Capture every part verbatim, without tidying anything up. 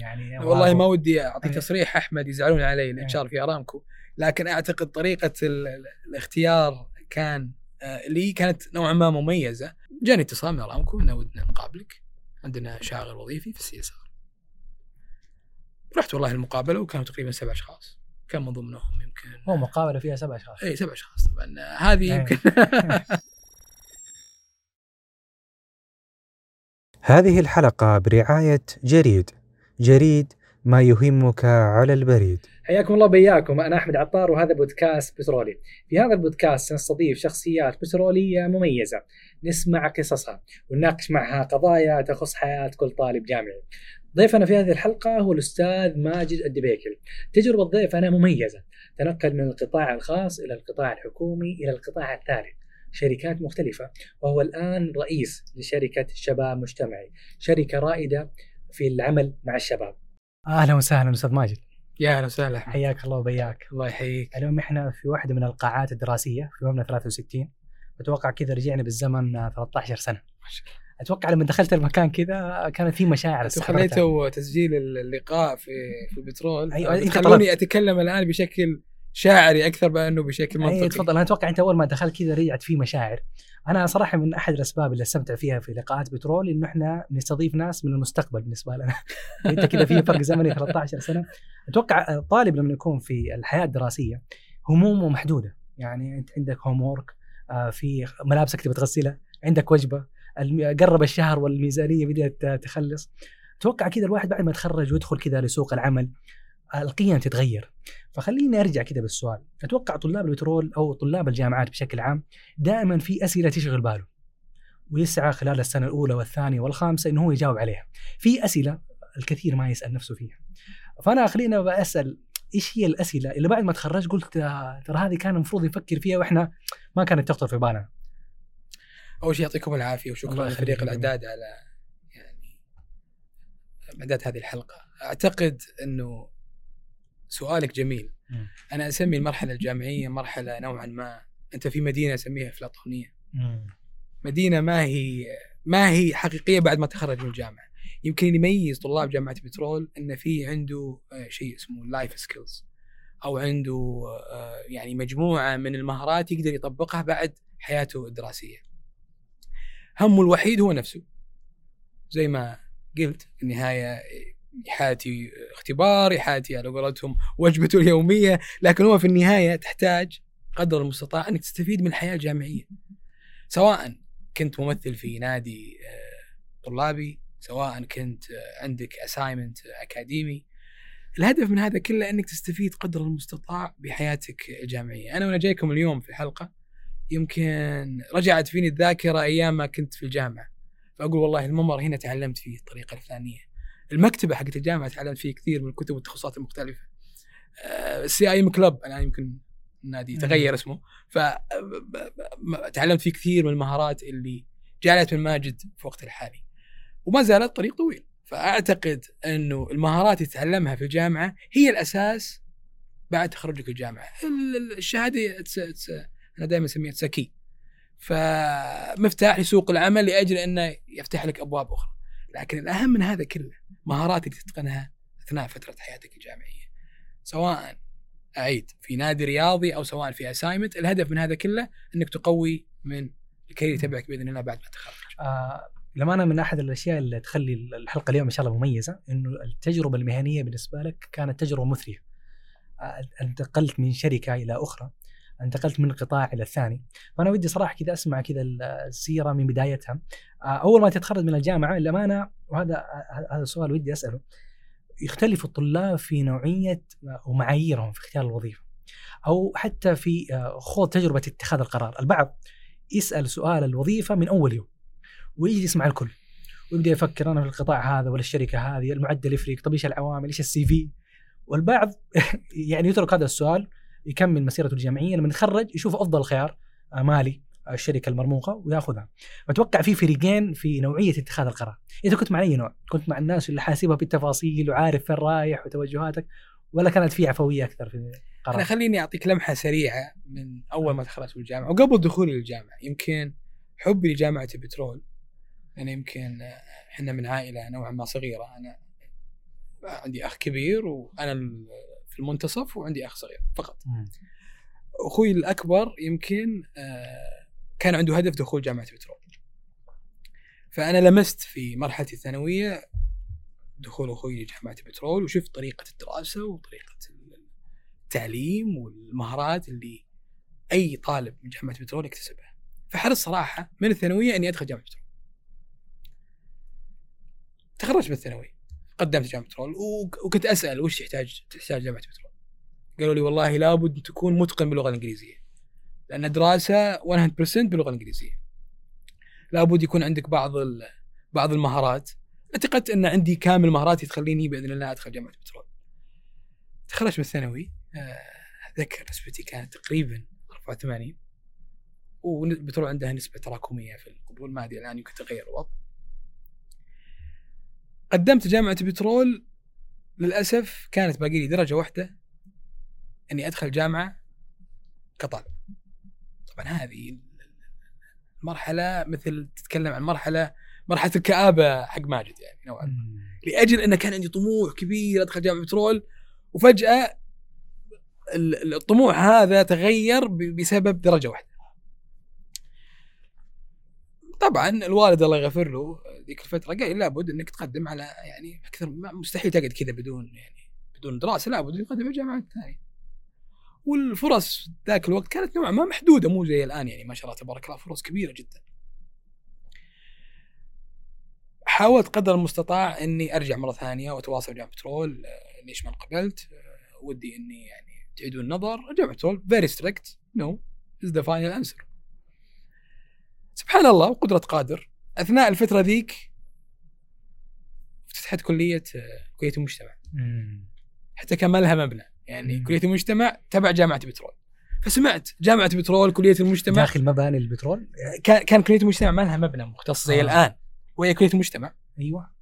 يعني والله ما ودي اعطي تصريح احمد يزعلون علي الاتش ار في ارامكو، لكن اعتقد طريقه الاختيار كان لي كانت نوعا ما مميزه. جاني اتصال من ارامكو انه ودنا نقابلك، عندنا شاغل وظيفي في السي اس ار. رحت والله المقابله وكانوا تقريبا سبع اشخاص، كان من ضمنهم يمكن هو مقابله فيها سبع اشخاص. اي سبع اشخاص طبعا هذه يمكن هذه الحلقة برعاية جريد. جريد ما يهمك على البريد. حياكم الله بياكم، أنا أحمد عطار وهذا بودكاست بترولي. في هذا البودكاست نستضيف شخصيات بترولية مميزة، نسمع قصصها ونناقش معها قضايا تخص حياة كل طالب جامعي. ضيفنا في هذه الحلقة هو الأستاذ ماجد الدبيكل. تجربة ضيفنا مميزة، تنقل من القطاع الخاص إلى القطاع الحكومي إلى القطاع الثالث، شركات مختلفة، وهو الآن رئيس لشركة شباب مجتمعي، شركة رائدة في العمل مع الشباب. أهلا وسهلا أستاذ ماجد. يا أهلا وسهلا، حياك الله وبياك. الله يحييك. اليوم إحنا في واحدة من القاعات الدراسية في مبنى ثلاثة وستين، أتوقع كذا رجعنا بالزمن ثلاثة عشر سنة. أتوقع لما دخلت المكان كذا كانت في مشاعر. خليته تسجيل اللقاء في في البترول. أيوة خلوني أتكلم الآن بشكل شاعري أكثر بأنه بشكل منطقي. أيه تفضل. أنا أتوقع أنت أول ما دخلت كذا رجعت فيه مشاعر. أنا صراحة من أحد الأسباب اللي استمتع فيها في لقاءات بترول إنه إحنا نستضيف ناس من المستقبل بالنسبة لنا. أنت كذا في فرق زمني ثلاثة عشر سنة. أتوقع الطالب لما يكون في الحياة الدراسية همومه محدودة، يعني أنت عندك هومورك، في ملابسك تبي تغسلها، عندك وجبة، قرب الشهر والميزانية بدأت تخلص. أتوقع كذا الواحد بعد ما يتخرج ويدخل كذا لسوق العمل القيم تتغير. فخليني أرجع كده بالسؤال. أتوقع طلاب البترول أو طلاب الجامعات بشكل عام دائما في أسئلة تشغل باله ويسعى خلال السنة الأولى والثانية والخامسة إنه هو يجاوب عليها. في أسئلة الكثير ما يسأل نفسه فيها، فأنا خلينا بأسأل إيش هي الأسئلة اللي بعد ما تخرج قلت ترى هذه كان المفروض يفكر فيها وإحنا ما كانت تخطر في بالنا. أول شيء يعطيكم العافية وشكرا لفريق الإعداد على يعني إعداد هذه الحلقة. أعتقد إنه سؤالك جميل. م. أنا أسمي المرحلة الجامعية مرحلة نوعا ما، أنت في مدينة أسميها أفلاطونية. م. مدينة ما هي ما هي حقيقية بعد ما تخرج من الجامعة. يمكن اللي يميز طلاب جامعة بترول إن في عنده شيء اسمه لايف سكيلز، أو عنده يعني مجموعة من المهارات يقدر يطبقها بعد حياته الدراسية. همه الوحيد هو نفسه، زي ما قلت في النهاية يحاتي اختبار، يحاتي على قولتهم وجبته اليومية، لكن هو في النهاية تحتاج قدر المستطاع أنك تستفيد من الحياة الجامعية، سواء كنت ممثل في نادي طلابي، سواء كنت عندك assignment أكاديمي. الهدف من هذا كله أنك تستفيد قدر المستطاع بحياتك الجامعية. أنا وأنا جايكم اليوم في الحلقة يمكن رجعت فيني الذاكرة أيام ما كنت في الجامعة، فأقول والله الممر هنا تعلمت فيه الطريقة الفلانية، المكتبة حقت الجامعة تعلمت فيه كثير من الكتب والتخصصات المختلفة، السي اي ام كلوب الآن يمكن نادي تغير اسمه، فتعلمت فيه كثير من المهارات اللي جعلت من ماجد في وقت الحالي، وما زالت طريق طويل. فأعتقد أنه المهارات اللي تتعلمها في الجامعة هي الأساس بعد تخرجك الجامعة. الشهادة أنا دائما أسميها سكي، فمفتاح لسوق العمل لأجل أنه يفتح لك أبواب أخرى. لكن الأهم من هذا كله مهارات اللي تتقنها أثناء فترة حياتك الجامعية، سواء أعيد في نادي رياضي أو سواء في أسايمنت. الهدف من هذا كله أنك تقوي من لكي يتبعك بإذن الله بعد ما تخرج. آه لما أنا من أحد الأشياء اللي تخلي الحلقة اليوم إن شاء الله مميزة إنه التجربة المهنية بالنسبة لك كانت تجربة مثرية. آه انتقلت من شركة إلى أخرى، انتقلت من قطاع إلى الثاني، فأنا ودي صراحة كذا أسمع كذا السيرة من بدايتها. أول ما تتخرج من الجامعة للأمانة، وهذا هذا السؤال ودي أسأله، يختلف الطلاب في نوعية ومعاييرهم في اختيار الوظيفة أو حتى في خوض تجربة اتخاذ القرار. البعض يسأل سؤال الوظيفة من أول يوم ويجي يسمع الكل ويبدأ يفكر أنا في القطاع هذا ولا الشركة هذه، المعدل يفرق، طب إيش العوامل، إيش السي في. والبعض يعني يترك هذا السؤال يكمل مسيرته الجامعية، لما يتخرج يشوف أفضل خيار مالي الشركة المرموقة ويأخذها. أتوقع في فريقين في نوعية اتخاذ القرار. إذا كنت مع أي نوع، كنت مع الناس اللي حاسبها بالتفاصيل وعارف فين رايح وتوجهاتك، ولا كانت في عفوية أكثر في القرار؟ أنا خليني أعطيك لمحة سريعة من أول ما تخرجت من الجامعة وقبل دخولي للجامعة. يمكن حبي لجامعة بترول، أنا يمكن إحنا من عائلة نوعا ما صغيرة، أنا عندي اخ كبير وانا في المنتصف، وعندي اخ صغير فقط. مم. اخوي الاكبر يمكن آه كان عنده هدف دخول جامعه بترول، فانا لمست في مرحله الثانويه دخول اخوي لجامعه بترول، وشفت طريقه الدراسه وطريقه التعليم والمهارات اللي اي طالب من جامعه بترول يكتسبها. فحرص صراحه من الثانويه اني ادخل جامعه بترول. تخرجت من الثانويه، قدمت جامعه بترول، وكنت اسال وش يحتاج تحتاج جامعه بترول. قالوا لي والله لابد أن تكون متقن باللغه الانجليزيه، لان دراسه مية بالمية باللغه الانجليزيه. لابد يكون عندك بعض بعض المهارات. اعتقدت ان عندي كامل مهاراتي تخليني باذن الله ادخل جامعه بترول. تخرجت من الثانوي، اتذكر نسبتي كانت تقريبا أربعة وثمانين، وبترول عندها نسبه تراكميه في القبول، ما ادري الان يمكن تغير الوضع. قدمت جامعه بترول، للاسف كانت باقي لي درجه واحده اني ادخل جامعه كطالب. طبعا هذه المرحله مثل تتكلم عن مرحله مرحله الكآبه حق ماجد يعني نوعا ما، لاجل انه كان عندي طموح كبير ادخل جامعه بترول، وفجاه الطموح هذا تغير بسبب درجه واحده. طبعا الوالد الله يغفر له ذيك الفتره قال لي لابد انك تقدم على يعني اكثر، مستحيل تقعد كذا بدون يعني بدون دراسه، لابد تقدم على جامعات ثانيه. والفرص ذاك الوقت كانت نوعا ما محدوده، مو زي الان يعني ما شاء الله تبارك الله فرص كبيره جدا. حاولت قدر المستطاع اني ارجع مره ثانيه واتواصل مع جامعه بترول، ليش ما قبلت، ودي اني يعني تعيدوا النظر. جامعه بترول very strict no is the final answer. سبحان الله وقدرة قادر، اثناء الفتره ذيك فتحت كليه كليه المجتمع، حتى كان لها مبنى يعني مم. كليه المجتمع تبع جامعه بترول. فسمعت جامعه بترول كليه المجتمع داخل مباني البترول، كان كان كليه المجتمع ما لها مبنى مختص زي آه. الان، وهي كليه المجتمع. ايوه.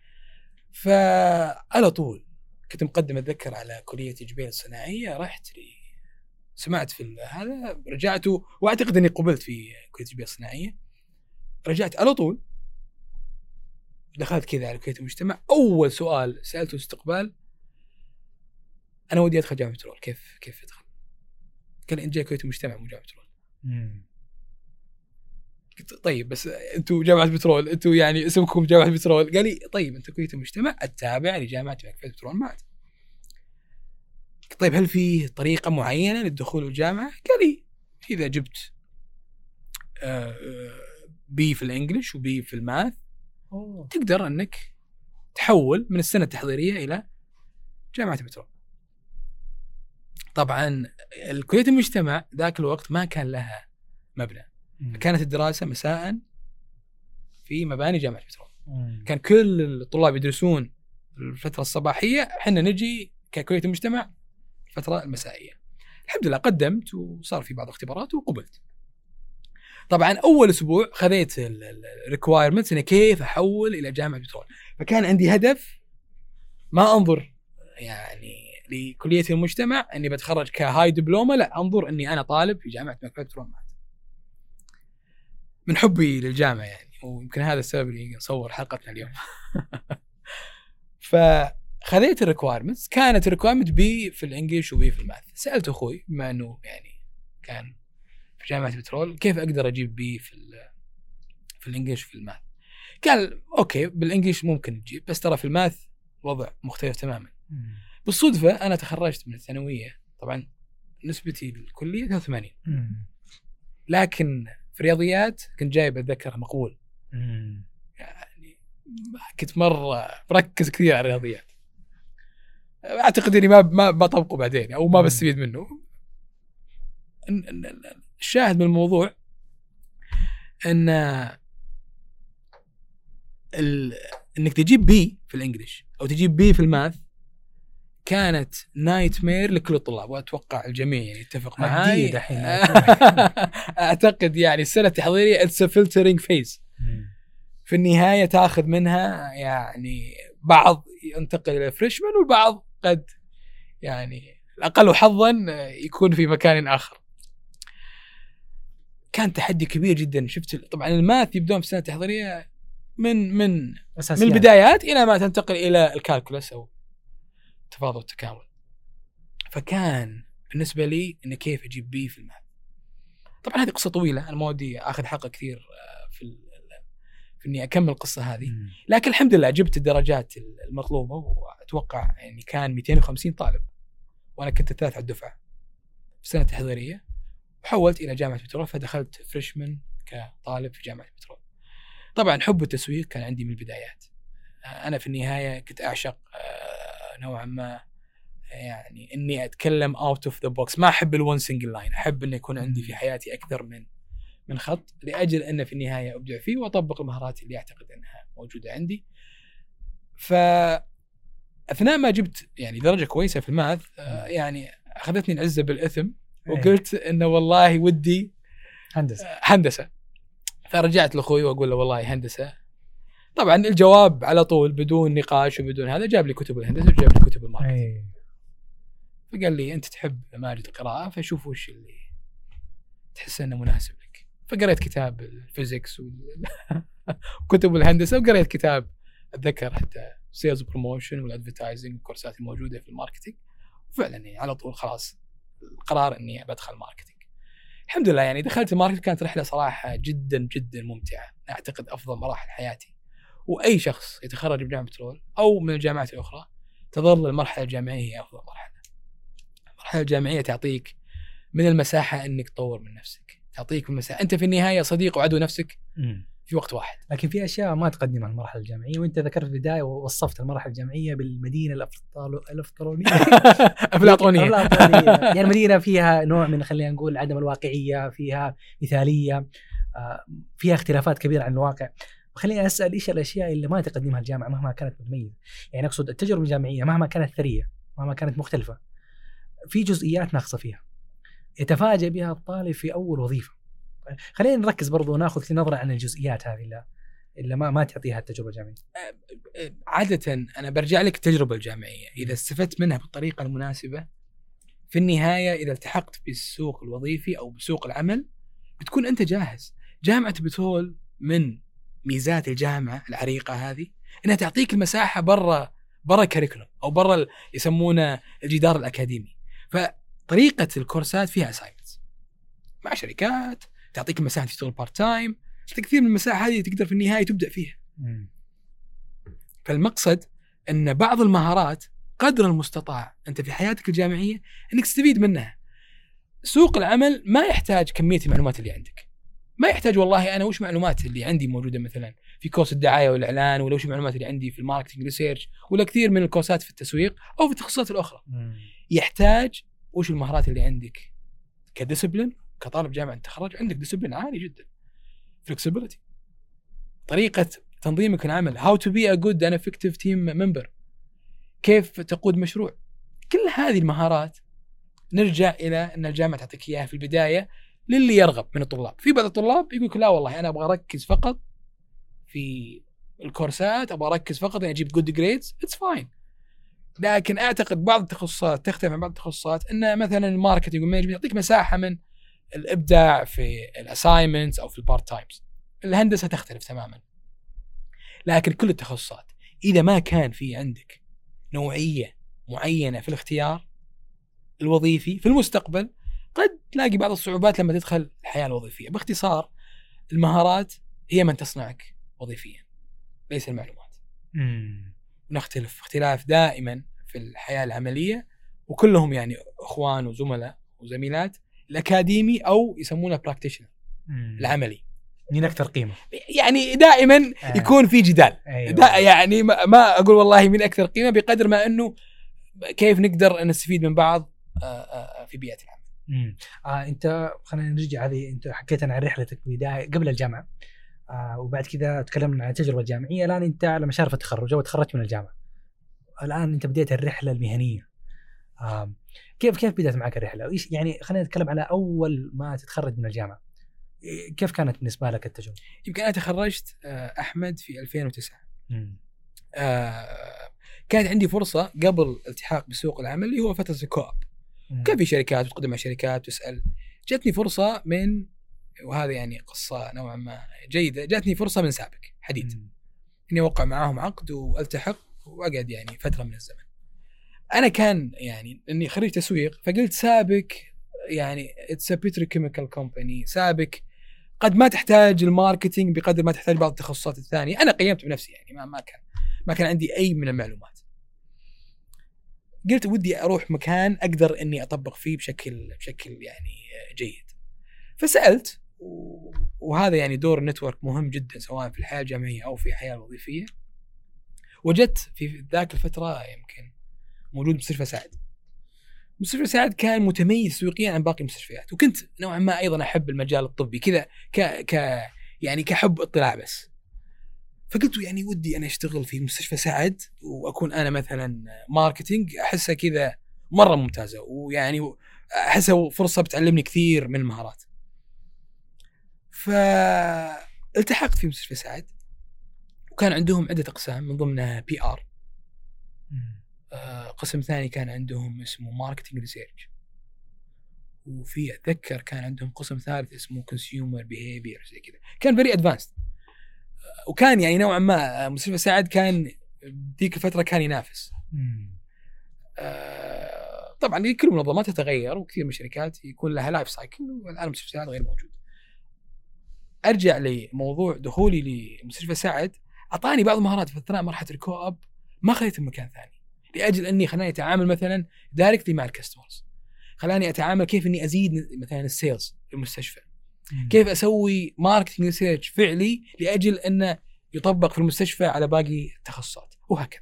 فعلى طول كنت مقدم اتذكر على كليه جبيل الصناعيه، رحت لي سمعت في هذا، رجعت واعتقد اني قبلت في كليه جبيل الصناعيه. رجعت على طول دخلت كذا على كليه المجتمع. اول سؤال سالته استقبال، انا ودي ادخل جامعه بترول، كيف كيف ادخل؟ قال انت جاي كليه المجتمع مو جامعه بترول. قلت طيب بس انتوا جامعه بترول، انتوا يعني اسمكم جامعه بترول. قال لي طيب انت كليه المجتمع التابع لجامعه بترول معد. طيب هل في طريقه معينه للدخول الجامعه؟ قال لي اذا جبت بي في الانجليش وبي في الماث أوه. تقدر انك تحول من السنه التحضيريه الى جامعه بترول. طبعا الكليه المجتمع ذاك الوقت ما كان لها مبنى، كانت الدراسه مساء في مباني جامعه بترول. مم. كان كل الطلاب يدرسون الفتره الصباحيه، احنا نجي ككليه المجتمع الفتره المسائيه. الحمد لله قدمت وصار في بعض الاختبارات وقبلت. طبعا اول اسبوع خذيت الريكوايرمنتس اني كيف احول الى جامعه بترول، فكان عندي هدف ما انظر يعني لكليه المجتمع اني بتخرج كهاي دبلومه، لا انظر اني انا طالب في جامعه بترول معد. من حبي للجامعه يعني، ويمكن هذا السبب اللي نصور حلقتنا اليوم. فخذيت الريكوايرمنتس، كانت الريكوايرمنت بي في الانجليش وبي في الماث. سالت اخوي بما انه يعني كان في جامعه بترول كيف اقدر اجيب بي في في الانجليش وفي الماث. قال اوكي بالانجليش ممكن تجيب، بس ترى في الماث وضع مختلف تماما. بالصدفه انا تخرجت من الثانويه، طبعا نسبتي بالكليه ثلاثة وثمانين، لكن في الرياضيات كنت جايب اتذكر مقبول. يعني كنت مره مركز كثير على الرياضيات، اعتقد اني ما ما بطبقه بعدين او ما بستفيد منه. الشاهد من الموضوع ان ال... انك تجيب بي في الانجليش او تجيب بي في الماث كانت نايت مير لكل الطلاب، واتوقع الجميع يعني يتفق معي. دحين اعتقد يعني السنه التحضيريه اتس فلترينج فيز، في النهايه تاخذ منها يعني بعض ينتقل الى فريشمان، والبعض قد يعني الاقل حظا يكون في مكان اخر. كان تحدي كبير جدا. شفت طبعا الماث يبدون في السنه التحضيريه من من أساسيات. من البدايات الى ما تنتقل الى الكالكولس او التفاضل والتكامل. فكان بالنسبة لي إن كيف أجيب بي في الماث. طبعا هذه قصة طويلة، أنا ما ودي أخذ حلقة كثير في في إني أكمل القصة هذه، لكن الحمد لله جبت الدرجات المطلوبة، وأتوقع يعني كان مئتين وخمسين طالب، وأنا كنت الثالث على الدفعة في السنة التحضيرية، وحولت إلى جامعة بترول، فدخلت فريشمان كطالب في جامعة بترول. طبعا حب التسويق كان عندي من البدايات. أنا في النهاية كنت أعشق نوعا ما يعني إني أتكلم out of the box، ما أحب الون سنجل لاين، أحب إن يكون عندي في حياتي أكثر من من خط، لأجل أن في النهاية أبدع فيه وأطبق المهارات اللي أعتقد أنها موجودة عندي. فأثناء ما جبت يعني درجة كويسة في الماث، يعني أخذتني العزة بالإثم، وقلت إنه والله ودي هندسة هندسة فرجعت لأخوي وأقول له والله هندسة. طبعا الجواب على طول بدون نقاش وبدون هذا، جاب لي كتب الهندسة وجاب لي كتب الماركتينج. فقال لي أنت تحب ماجد القراءة، فشوف وش اللي تحس أنه مناسب لك. فقرأت كتاب الفيزيكس وكتب الهندسة، وقرأت كتاب أتذكر حتى سيلز بروموشن والأدفيرتايزنج والكورسات الموجودة في الماركتينج. وفعلا يعني على طول خلاص القرار إني بدخل ماركتينج. الحمد لله يعني دخلت الماركتينج، كانت رحلة صراحة جدا جدا ممتعة، أعتقد أفضل مراحل حياتي. وأي شخص يتخرج من جامعة بترول أو من الجامعات الأخرى تظل المرحلة الجامعية هي أفضل مرحلة. المرحلة الجامعية تعطيك من المساحة إنك تطور من نفسك، تعطيك المساحة، أنت في النهاية صديق وعدو نفسك في وقت واحد. لكن في أشياء ما تقدم عن المرحلة الجامعية، وأنت ذكرت في البداية ووصفت المرحلة الجامعية بالمدينة الأفلاطونية أفلاطونية يعني مدينة فيها نوع من خلينا نقول عدم الواقعية، فيها مثالية، فيها اختلافات كبيرة عن الواقع. خليني أسأل إيش الأشياء اللي ما تقدمها الجامعة مهما كانت متميزة؟ يعني أقصد التجربة الجامعية مهما كانت ثرية، مهما كانت مختلفة، في جزئيات ناقصة فيها يتفاجأ بها الطالب في أول وظيفة. خلينا نركز برضو وناخذ نظرة عن الجزئيات هذه اللي, اللي ما ما تعطيها التجربة الجامعية. عادة أنا برجع لك التجربة الجامعية، إذا استفدت منها بالطريقة المناسبة في النهاية إذا التحقت بالسوق الوظيفي أو بسوق العمل بتكون أنت جاهز. جامعة بترول من ميزات الجامعة العريقة هذه إنها تعطيك المساحة برا برا كاريكولوم أو برا يسمونه الجدار الأكاديمي. فطريقة الكورسات فيها أسايمنتس مع شركات، تعطيك المساحة تشتغل بارت تايم، كثير من المساحة هذه تقدر في النهاية تبدأ فيها. م. فالمقصد أن بعض المهارات قدر المستطاع أنت في حياتك الجامعية أنك تستفيد منها. سوق العمل ما يحتاج كمية المعلومات اللي عندك، ما يحتاج والله أنا وش معلومات اللي عندي موجودة مثلا في كورس الدعاية والإعلان، ولا وش معلومات اللي عندي في الماركتينج ريسيرش، ولا كثير من الكورسات في التسويق أو في التخصصات الأخرى. م. يحتاج وش المهارات اللي عندك كديسبلين. كطالب جامعة تخرج عندك ديسبلين عالي جدا، flexibility، طريقة تنظيمك العمل، how to be a good and effective team member، كيف تقود مشروع. كل هذه المهارات نرجع إلى أن الجامعة تعطيك إياها في البداية للي يرغب من الطلاب. في بعض الطلاب يقولك لا والله أنا أبغى أركز فقط في الكورسات، أبغى أركز فقط أن أجيب good grades، it's fine. لكن أعتقد بعض التخصصات تختلف عن بعض التخصصات، أن مثلا الماركتينج والمانجمنت يعطيك مساحة من الإبداع في الأسايمنتس أو في البارت تايمز. الهندسة تختلف تماما. لكن كل التخصصات إذا ما كان في عندك نوعية معينة في الاختيار الوظيفي في المستقبل قد تلاقي بعض الصعوبات لما تدخل الحياة الوظيفية. باختصار المهارات هي من تصنعك وظيفيا ليس المعلومات. مم. نختلف اختلاف دائما في الحياة العملية، وكلهم يعني أخوان وزملاء وزميلات. الأكاديمي أو يسمونه براكتيشنر العملي مين أكثر قيمة، يعني دائما آه. يكون في جدال. أيوة. دا يعني ما أقول والله مين أكثر قيمة بقدر ما أنه كيف نقدر نستفيد من بعض في بيئة العمل. آه أنت خلينا نرجع هذه، أنت حكيت عن رحلتك بداية قبل الجامعة، آه وبعد كذا تكلمنا عن التجربة الجامعية. الآن أنت على مشارف التخرج أو تخرجت من الجامعة، الآن أنت بديت الرحلة المهنية. آه كيف كيف بدأت معك الرحلة؟ وإيش يعني خلينا نتكلم على أول ما تتخرج من الجامعة، كيف كانت بالنسبة لك التجربة؟ يمكن أنا تخرجت أحمد في ألفين وتسعة. آه كانت عندي فرصة قبل الالتحاق بسوق العمل اللي هو فترة الكوب، كان في شركات وتقدم على شركات وتسأل. جاتني فرصة من، وهذا يعني قصة نوعا ما جيدة، جاتني فرصة من سابق حديد مم. إني أوقع معاهم عقد والتحق وأقعد يعني فترة من الزمن. انا كان يعني اني خريج تسويق، فقلت سابك يعني اتس ا بيتروكيميكال كومباني، سابك قد ما تحتاج الماركتينج بقدر ما تحتاج بعض التخصصات الثانيه. انا قيمت بنفسي يعني ما ما كان ما كان عندي اي من المعلومات. قلت ودي اروح مكان اقدر اني اطبق فيه بشكل بشكل يعني جيد. فسالت، وهذا يعني دور النتورك مهم جدا سواء في الحياه الجامعيه او في الحياه الوظيفيه. وجدت في ذاك الفتره يمكن موجود مستشفى سعد. مستشفى سعد كان متميز تسويقيا عن باقي المستشفيات، وكنت نوعا ما ايضا احب المجال الطبي كذا ك ك يعني كحب اطلاع بس. فقلت يعني ودي انا اشتغل في مستشفى سعد واكون انا مثلا ماركتينج، احسها كذا مره ممتازه، ويعني احسها فرصه بتعلمني كثير من المهارات. فالتحقت في مستشفى سعد، وكان عندهم عده اقسام من ضمنها بي ار، قسم ثاني كان عندهم اسمه ماركتينج ريسيرش، وفي اتذكر كان عندهم قسم ثالث اسمه كونسيومر بيهيفير زي كذا. كان فيري ادفانسد، وكان يعني نوعا ما مستشفى سعد كان ذيك الفتره كان ينافس. آه طبعا كل المنظمات تتغير وكثير من الشركات يكون لها لايف سايكل، والان مستشفى سعد غير موجود. ارجع لموضوع دخولي لمستشفى سعد، اعطاني بعض المهارات في اثناء مرحله الكو اب ما خليتها مكان ثاني، لاجل اني خلاني اتعامل مثلا دايركتلي مع الكاستمرز، خلاني اتعامل كيف اني ازيد مثلا السيلز في المستشفى، مم. كيف اسوي ماركتنج ريسيرش فعلي لاجل انه يطبق في المستشفى على باقي التخصصات، وهكذا.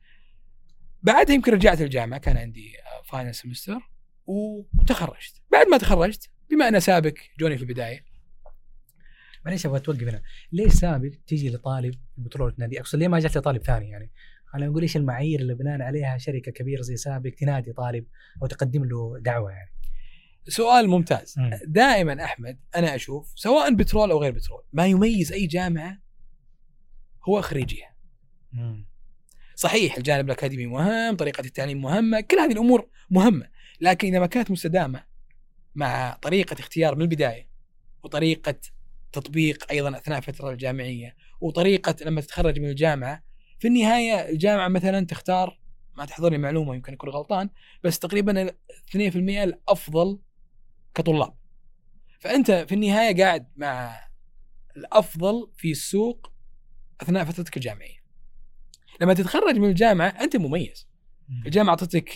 بعدها يمكن رجعت الجامعه، كان عندي فاينل سمستر وتخرجت. بعد ما تخرجت، بما انا سابق جوني في البدايه، معليش ابغى اتوقف هنا. ليش سابق تيجي لطالب البترول تنادي؟ اقصد ليه ما جات لطالب ثاني؟ يعني انا نقول ايش المعايير اللي بناء عليها شركه كبيره زي سابق تنادي طالب او تقدم له دعوه؟ يعني سؤال ممتاز. م. دائما احمد انا اشوف سواء بترول او غير بترول، ما يميز اي جامعه هو خريجيها. م. صحيح الجانب الاكاديمي مهم، طريقه التعليم مهمه، كل هذه الامور مهمه، لكن اذا ما كانت مستدامه مع طريقه اختيار من البدايه، وطريقه تطبيق ايضا اثناء الفتره الجامعيه، وطريقه لما تتخرج من الجامعه، في النهايه الجامعه مثلا تختار، ما تحضرني معلومه يمكن اكون غلطان، بس تقريبا اثنين بالمئة الافضل كطلاب. فانت في النهايه قاعد مع الافضل في السوق اثناء فترتك الجامعيه. لما تتخرج من الجامعه انت مميز، الجامعه اعطتك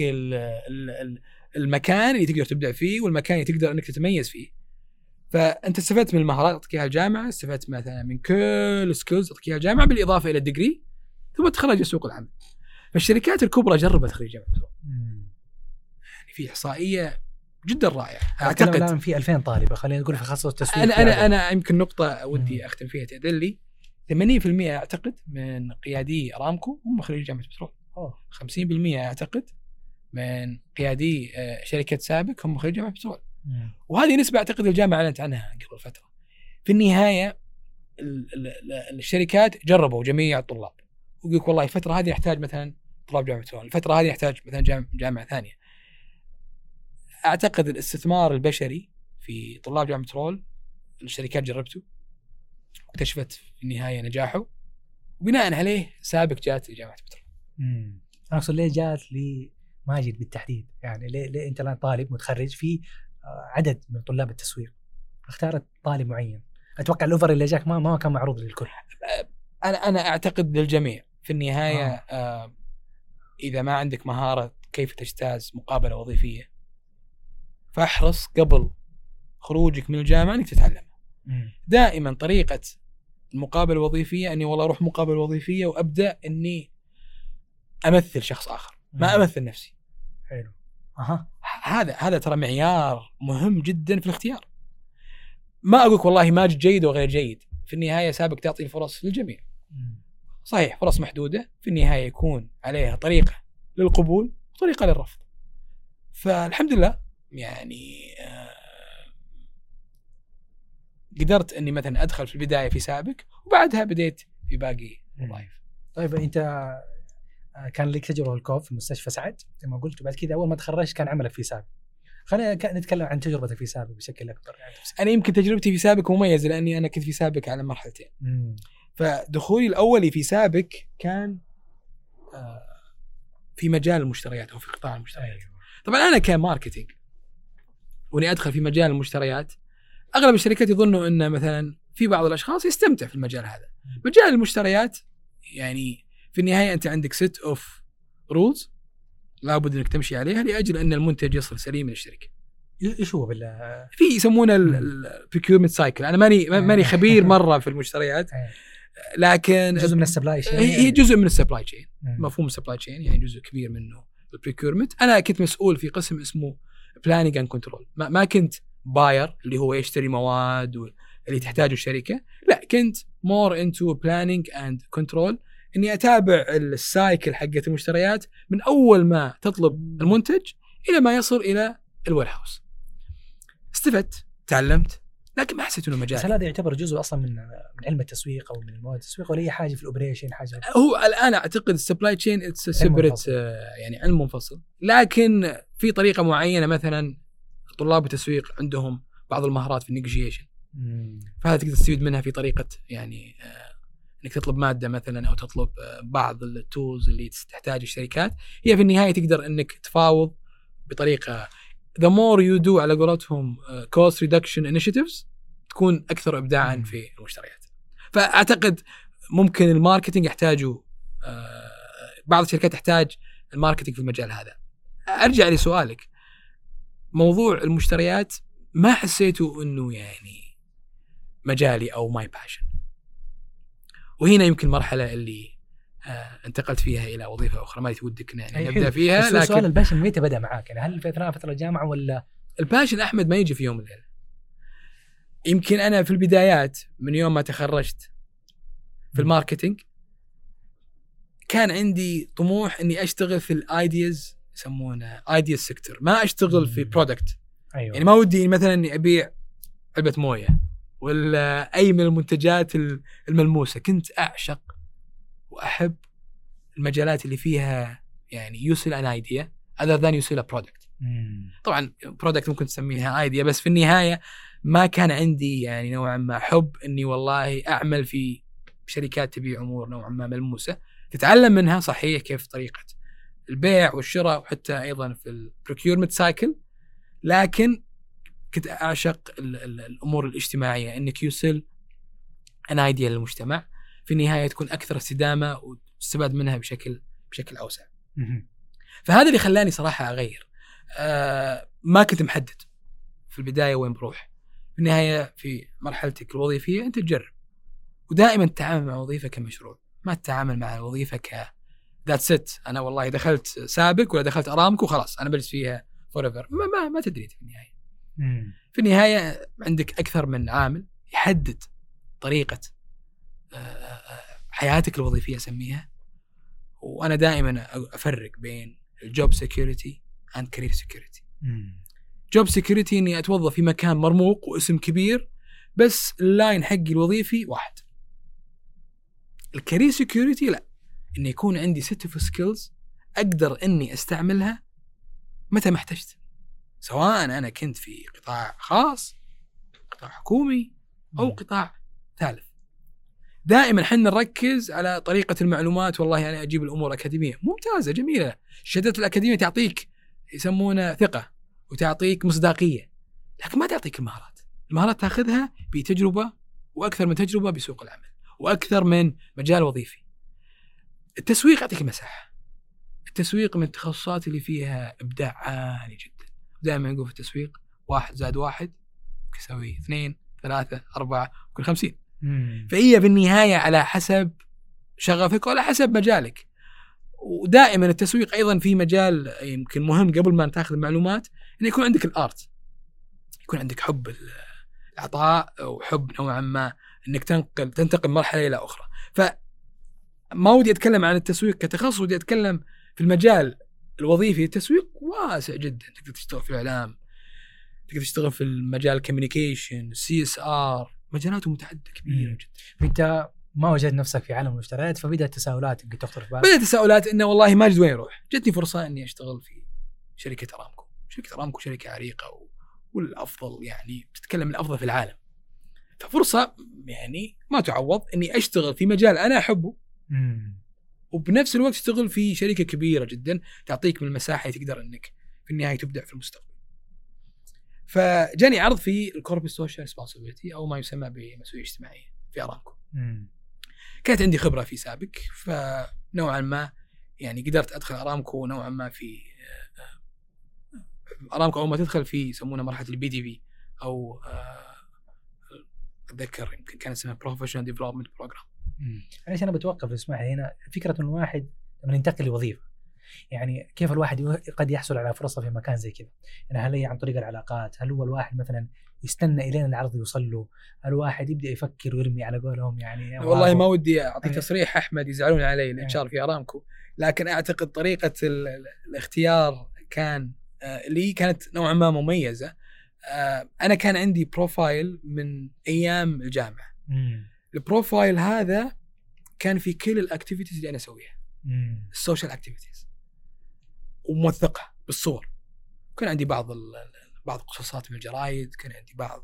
المكان اللي تقدر تبدع فيه، والمكان اللي تقدر انك تتميز فيه. فانت استفدت من المهارات اعطتك اياها الجامعه، استفدت مثلا من كل سكيلز اعطتك اياها الجامعه بالاضافه الى الديجري، ثم تخرج سوق العمل. فالشركات الكبرى جربت خريج جامعه بترول، يعني في احصائيه جدا رائعه. اعتقد الان في ألفين طالب، خلينا نقول في تخصص التسويق. انا انا انا يمكن نقطه ودي اختم فيها تدلي، ثمانين بالمئة اعتقد من قيادي ارامكو هم خريج جامعه بترول، خمسين بالمئة اعتقد من قيادي شركه سابق هم خريج جامعه بترول. وهذه نسبة أعتقد الجامعة أعلنت عنها قبل فترة. في النهاية الشركات جربوا جميع الطلاب، ويقولك والله الفترة هذه نحتاج مثلا طلاب جامعة بترول، الفترة هذه نحتاج مثلا جامعة ثانية. أعتقد الاستثمار البشري في طلاب جامعة بترول الشركات جربته واكتشفت في النهاية نجاحه، وبناء عليه سابق جات جامعة بترول. أنا أقصد ليه جات لي ماجد بالتحديد؟ يعني ليه, ليه أنت الآن طالب متخرج في عدد من طلاب التسويق اختارت طالب معين؟ اتوقع الاوفر اللي جاك ما ما كان معروض للكل. انا انا اعتقد للجميع في النهايه. آه. آه اذا ما عندك مهاره كيف تجتاز مقابله وظيفيه، فاحرص قبل خروجك من الجامعه انك تتعلم. دائما طريقه المقابله الوظيفيه اني والله اروح مقابله وظيفيه وابدا اني امثل شخص اخر، ما امثل نفسي. حلو. اها هذا هذا ترى معيار مهم جدا في الاختيار. ما اقولك والله ماجد جيد وغير جيد، في النهايه سابق تعطي الفرص للجميع. صحيح فرص محدوده، في النهايه يكون عليها طريقه للقبول وطريقه للرفض. فالحمد لله يعني قدرت اني مثلا ادخل في البدايه في سابق، وبعدها بديت في باقي الوظائف. طيب انت كان لك تجربه الكوف في مستشفى سعد زي ما قلت، وبعد كذا اول ما تخرجت كان عملك في سابق. خلينا نتكلم عن تجربتك في سابق بشكل اكبر. يعني انا يمكن تجربتي في سابق مميزه لاني انا كنت في سابق على مرحلتين. مم. فدخولي الاولي في سابق كان في مجال المشتريات أو في قطاع المشتريات. طبعا أنا كماركتينج وإني أدخل في مجال المشتريات، أغلب الشركات يظنوا أن مثلا في بعض الأشخاص يستمتع في المجال هذا. مجال المشتريات يعني في النهاية أنت عندك set of rules لابد أنك تمشي عليها لأجل أن المنتج يصل سليم للشركة. إيش هو بالله؟ في يسمونه ال procurement cycle. أنا ماني ماني خبير مرة في المشتريات، لكن جزء من السبلاي تشين. هي جزء من السبلاي تشين. مفهوم السبلاي تشين يعني جزء كبير منه البريكيورمنت. أنا كنت مسؤول في قسم اسمه planning and control. ما, ما كنت باير اللي هو يشتري مواد اللي تحتاجه الشركة، لا كنت more into planning and control، إني أتابع السايكل حقة المشتريات من أول ما تطلب المنتج إلى ما يصل إلى الويرهاوس. استفدت، تعلمت، لكن ما حسيت إنه مجال. بس هذا يعتبر جزء أصلا من من علم التسويق أو من المواد التسويق ولا أي حاجة في الأوبريشن حاجة؟ هو الآن أعتقد السبلاي تشين اتس سيبريت، يعني علم منفصل، لكن في طريقة معينة. مثلا طلاب التسويق عندهم بعض المهارات في النيجوشيشن، فهذا تقدر تستفيد منها في طريقة يعني آه انك تطلب مادة مثلا او تطلب آه بعض التولز اللي تحتاج الشركات. هي في النهاية تقدر انك تفاوض بطريقة the more you do على قولتهم uh, cost reduction initiatives، تكون اكثر ابداعا مم. في المشتريات. فاعتقد ممكن الماركتينج يحتاجوا آه بعض الشركات تحتاج الماركتينج في المجال هذا. ارجع لسؤالك، موضوع المشتريات ما حسيته انه يعني مجالي او ماي باشن، وهنا يمكن المرحله اللي آه انتقلت فيها الى وظيفه اخرى ما ودك يعني نبدا فيها. لكن سؤال الباشن متى بدا معاك؟ يعني هل في اثناء فتره الجامعه ولا الباشن احمد ما يجي في يوم وليله؟ يمكن انا في البدايات من يوم ما تخرجت في الماركتينج كان عندي طموح اني اشتغل في الايدياز، يسمونه ايديا سيكتور، ما اشتغل في برودكت. أيوة. يعني ما ودي مثلا اني ابيع علبه مويه ولا اي من المنتجات الملموسه. كنت اعشق واحب المجالات اللي فيها يعني يوصل ان ايديا other than يوصل برودكت. طبعا برودكت ممكن تسميها ايديا، بس في النهايه ما كان عندي يعني نوعا ما حب اني والله اعمل في شركات تبيع امور نوعا ما ملموسه تتعلم منها صحيح كيف طريقه البيع والشراء وحتى ايضا في البروكيورمنت سايكل، لكن كنت اعشق ال ال الامور الاجتماعيه، انك يوصل ان ايديا للمجتمع في النهايه تكون اكثر استدامه وتستفاد منها بشكل بشكل اوسع. فهذا اللي خلاني صراحه اغير. آه ما كنت محدد في البدايه وين بروح. في النهايه في مرحلتك الوظيفيه انت تجرب، ودائما تتعامل مع الوظيفه كمشروع، ما تتعامل مع الوظيفه ك ذات ست انا والله دخلت سابق ولا دخلت ارامكو وخلاص انا بجلس فيها فوريفر. ما ما, ما تدري في النهايه. مم. في النهايه عندك اكثر من عامل يحدد طريقه حياتك الوظيفيه اسميها. وانا دائما افرق بين الجوب سيكيورتي اند كارير سيكيورتي. جوب سيكيورتي اني اتوظف في مكان مرموق واسم كبير بس اللاين حقي الوظيفي واحد. الكارير سيكيورتي لا، إن يكون عندي set of skills أقدر إني أستعملها متى ما احتجت، سواء أنا كنت في قطاع خاص، قطاع حكومي، أو قطاع ثالث. دائما حنا نركز على طريقة المعلومات. والله أنا أجيب الأمور أكاديمية ممتازة جميلة، الشهادات الأكاديمية تعطيك يسمونها ثقة وتعطيك مصداقية، لكن ما تعطيك المهارات. المهارات تأخذها بتجربة، وأكثر من تجربة بسوق العمل، وأكثر من مجال وظيفي. التسويق يعطيك مساحة. التسويق من التخصصات اللي فيها إبداع عالي جدا. دائما نقول في التسويق واحد زائد واحد يساوي اثنين ثلاثة أربعة وكل خمسين. مم. فهي بالنهاية على حسب شغفك وعلى حسب مجالك. ودائما التسويق أيضا في مجال يمكن مهم قبل ما تأخذ المعلومات، إن يكون عندك الآرت، يكون عندك حب العطاء وحب نوعا ما إنك تنقل تنتقل مرحلة إلى أخرى. ف ما ودي أتكلم عن التسويق كتخصص، ودي أتكلم في المجال الوظيفي. التسويق واسع جدا، تقدر تشتغل في الإعلام، تقدر تشتغل في المجال الكوميونيكيشن، سي اس ار، مجالاته متعددة كبيرة جدا. فأنت ما وجدت نفسك في عالم المشتريات، فبدأت تساؤلات يمكن تخطر في بالك. بدأت تساؤلات إنه والله ما أجد وين أروح. جتني فرصة إني أشتغل في شركة أرامكو. شركة أرامكو شركة عريقة والأفضل، يعني بتتكلم الأفضل في العالم. ففرصة يعني ما تعوض إني أشتغل في مجال أنا أحبه. مم. وبنفس الوقت تشتغل في شركة كبيرة جدا تعطيك من المساحة تقدر أنك في النهاية تبدع في المستقبل. فجاني عرض في الكوربريت سوشيال ريسبونسبيلتي أو ما يسمى بمسؤولية اجتماعية في أرامكو. كانت عندي خبرة في سابق، فنوعا ما يعني قدرت أدخل أرامكو نوعا ما في أرامكو أول ما تدخل في يسمونه مرحلة البي دي بي أو أتذكر يمكن كان اسمها Professional Development Program. ليش أنا بتوقف اسمح هنا فكرة إنه الواحد لما ينتقل لوظيفة، يعني كيف الواحد قد يحصل على فرصة في مكان زي كذا؟ يعني هل هي عن طريق العلاقات؟ هل هو الواحد مثلا يستنى إلين العرض يوصل له؟ الواحد يبدأ يفكر ويرمي على قولهم يعني؟ والله ما ودي أعطيك تصريح أحمد يزعلون علي الاتش ار في أرامكو، لكن أعتقد طريقة الاختيار كان لي كانت نوعا ما مميزة. أنا كان عندي بروفايل من أيام الجامعة. مم. البروفايل هذا كان في كل الأكتيفيتيز اللي أنا أسويها، السوشيال أكتيفيتيز، وموثقة بالصور. كان عندي بعض بعض القصصات من الجرايد، كان عندي بعض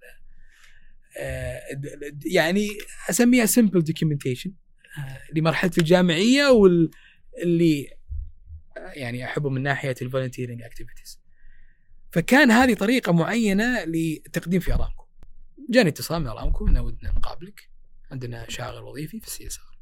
يعني أسميها simple documentation لمرحلة الجامعية واللي يعني أحبه من ناحية الفولنتيرينج أكتيفيتيز. فكان هذه طريقة معينة للتقديم في أرامكو. جاني اتصال من أرامكو إنه ودنا نقابلك، عندنا شاغل وظيفي في السي اس ار.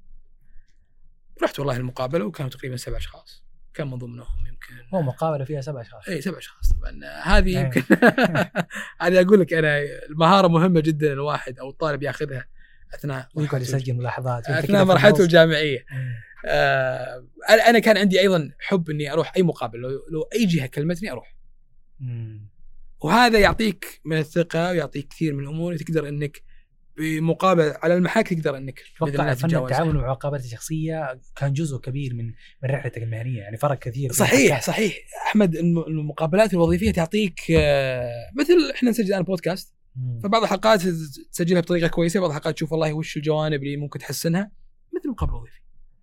رحت والله المقابلة وكانوا تقريبا سبع أشخاص، كان من ضمنهم يمكن هو مقابلة فيها سبع أشخاص. إيه سبع أشخاص طبعا. هذه يمكن هذه أقول لك أنا المهارة مهمة جدا الواحد أو الطالب ياخذها أثناء ويقعد يسجل ملاحظات أثناء مرحلته الجامعية. آه أنا كان عندي أيضا حب إني أروح أي مقابلة، لو, لو أي جهة كلمتني أروح. مم. وهذا يعطيك من الثقة ويعطيك كثير من الأمور تقدر إنك بمقابل على المحك تقدر إنك فن التعامل ومقابلة الشخصية كان جزء كبير من من رحلتك المهنية، يعني فرق كثير. صحيح صحيح أحمد. المقابلات الوظيفية تعطيك مثل إحنا نسجل الآن بودكاست، مم. فبعض الحلقات تسجلها بطريقة كويسة، بعض الحلقات تشوف والله وش الجوانب اللي ممكن تحسنها، مثل مقابلة وظيفية.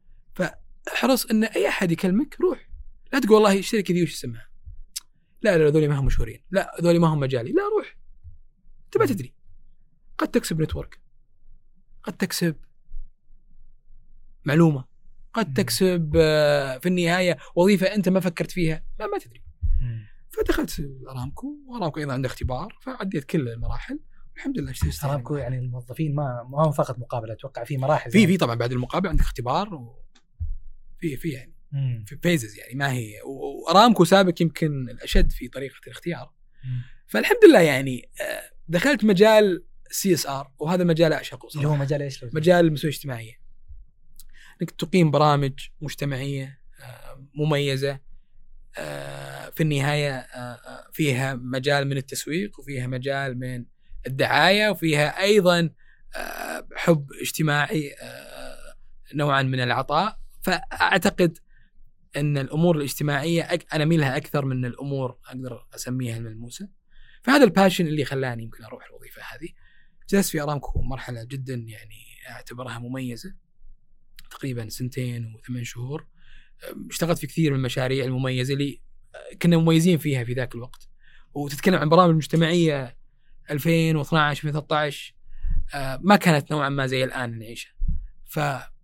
فحرص إن أي أحد يكلمك روح، لا تقول والله الشركة ذي وش اسمها، لا لا ذولي ما هم مشهورين، لا ذولي ما هم مجالي، لا روح تبى تدري. قد تكسب نتورك، قد تكسب معلومة، قد تكسب في النهاية وظيفة أنت ما فكرت فيها، ما ما تدري. فدخلت أرامكو، وأرامكو أيضا عنده اختبار، فعديت كل المراحل الحمد لله. اشتغلت أرامكو يعني الموظفين ما ما هم فقط مقابلة، أتوقع في مراحل في في طبعا بعد المقابلة عندك اختبار وفي في يعني مم. في فيزز، يعني ما هي. وأرامكو سابق يمكن الأشد في طريقة الاختيار. مم. فالحمد لله يعني دخلت مجال سي اس ار، وهذا مجال أعشقه صراحة. اللي هو مجال إيش؟ مجال المسؤولية الاجتماعية، إنك تقيم برامج مجتمعية مميزة في النهاية، فيها مجال من التسويق، وفيها مجال من الدعاية، وفيها أيضا حب اجتماعي نوعا من العطاء. فأعتقد أن الأمور الاجتماعية أنا أميلها أكثر من الأمور أقدر أسميها الملموسة. فهذا الباشن اللي خلاني يمكن أروح الوظيفة هذه. جلست في أرامكو مرحلة جدا يعني أعتبرها مميزة، تقريبا سنتين وثمان شهور. اشتغلت في كثير من المشاريع المميزة اللي كنا مميزين فيها في ذاك الوقت. وتتكلم عن برامج مجتمعية ألفين واثني عشر ألفين وثلاثة عشر ما كانت نوعا ما زي الآن نعيشها. فأعتقد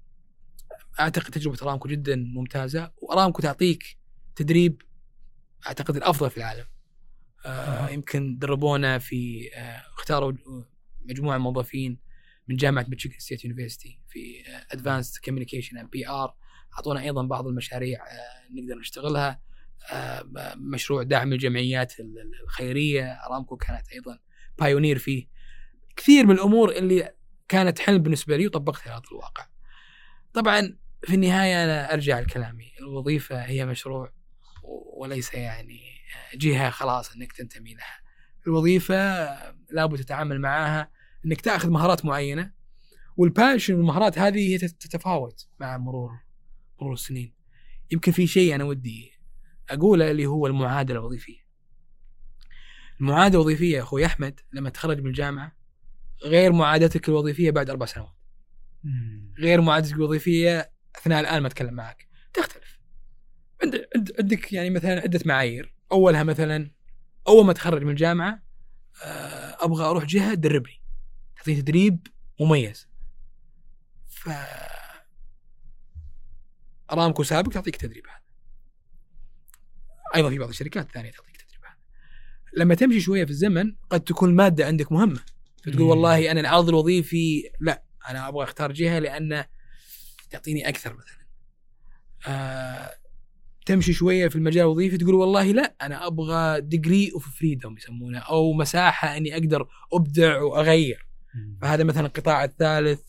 تجربة أرامكو جدا ممتازة، وأرامكو تعطيك تدريب أعتقد الأفضل في العالم. آه يمكن دربونا في آه اختاروا مجموعة موظفين من جامعة ميشيغان ستيت يونيفرسيتي في Advanced Communication and بي آر. أعطونا أيضا بعض المشاريع آه نقدر نشتغلها، آه مشروع دعم الجمعيات الخيرية. أرامكو كانت أيضا بايونير فيه. كثير من الأمور اللي كانت حلم بالنسبة لي وطبقتها على أرض الواقع. طبعا في النهاية أنا أرجع لكلامي، الوظيفة هي مشروع وليس يعني جهة خلاص أنك تنتمي لها. الوظيفة لابد تتعامل معها أنك تأخذ مهارات معينة، والباشن والمهارات هذه تتفاوت مع مرور مرور السنين. يمكن في شيء أنا ودي أقوله اللي هو المعادلة الوظيفية. المعادلة الوظيفية يا أخوي أحمد لما تخرج من الجامعة غير معادلتك الوظيفية بعد أربع سنوات، غير معادلتك الوظيفية أثناء الآن ما أتكلم معك، تختلف. عندك يعني مثلا عدة معايير. أولها مثلا أول ما تخرج من الجامعة أبغى أروح جهة تدربني، تعطيني تدريب مميز. ف أرامكو سابق تعطيك تدريب هذا، أيضا في بعض الشركات الثانية تعطيك تدريب هذا. لما تمشي شوية في الزمن قد تكون المادة عندك مهمة، فتقول والله أنا العرض الوظيفي لا أنا أبغى أختار جهة لأن تعطيني أكثر مثلا. آه تمشي شوية في المجال الوظيفي تقول والله لا أنا أبغى ديجري أوف فريدم يسمونه، أو مساحة أني أقدر أبدع وأغير. فهذا مثلا القطاع الثالث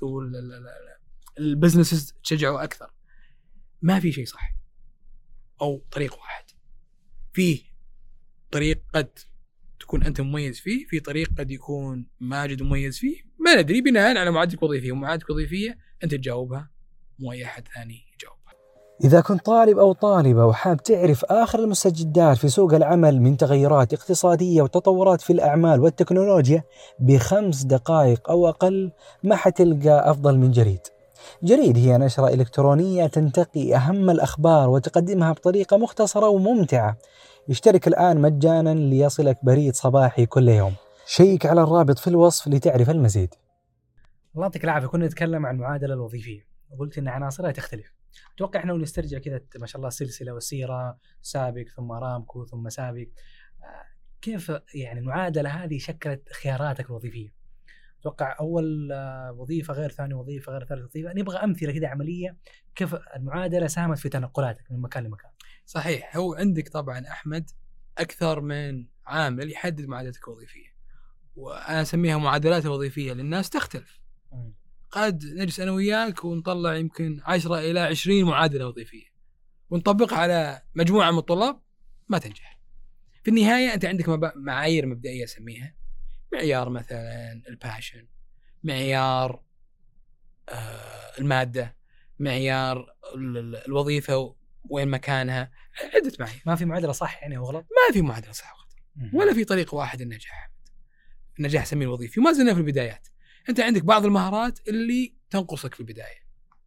والبزنس تشجعه أكثر. ما في شيء صح أو طريق واحد، فيه طريق قد تكون أنت مميز فيه، في طريق قد يكون ماجد مميز فيه، ما ندري بناء على معادلتك الوظيفية، ومعادلتك الوظيفية أنت تجاوبها مو أي أحد ثاني يجاوبها. إذا كنت طالب أو طالبة وحاب تعرف آخر المستجدات في سوق العمل من تغيرات اقتصادية وتطورات في الأعمال والتكنولوجيا بخمس دقائق أو أقل، ما حتلقى أفضل من جريد. جريد هي نشرة إلكترونية تنتقي أهم الأخبار وتقدمها بطريقة مختصرة وممتعة. اشترك الآن مجانا ليصلك بريد صباحي كل يوم. شيك على الرابط في الوصف لتعرف المزيد. الله يعطيك العافية. كنا نتكلم عن المعادلة الوظيفية وقلت إن عناصرها تختلف. أتوقع إحنا ونسترجع كذا ما شاء الله سلسلة والسيرة، سابق ثم أرامكو ثم سابق، كيف يعني المعادلة هذه شكلت خياراتك الوظيفية؟ أتوقع أول وظيفة غير ثاني وظيفة غير ثالث وظيفة. نبغى أمثلة كذا عملية كيف المعادلة ساهمت في تنقلاتك من مكان لمكان. صحيح، هو عندك طبعا أحمد أكثر من عامل يحدد معادلتك الوظيفية، وأنا أسميها معادلات الوظيفية للناس تختلف. م. قد نجلس أنا وياك ونطلع يمكن عشرة إلى عشرين معادلة وظيفية ونطبقها على مجموعة من الطلاب ما تنجح. في النهاية أنت عندك معايير مبدئية أسميها، معيار مثلا الباشن، معيار آه المادة، معيار الوظيفة وين مكانها، عدة معايير. ما في معادلة صح يعني أو غلط؟ ما في معادلة صح وغلط، ولا في طريقة واحد النجاح. النجاح سميه الوظيفي. وما زلنا في البدايات. أنت عندك بعض المهارات اللي تنقصك في البداية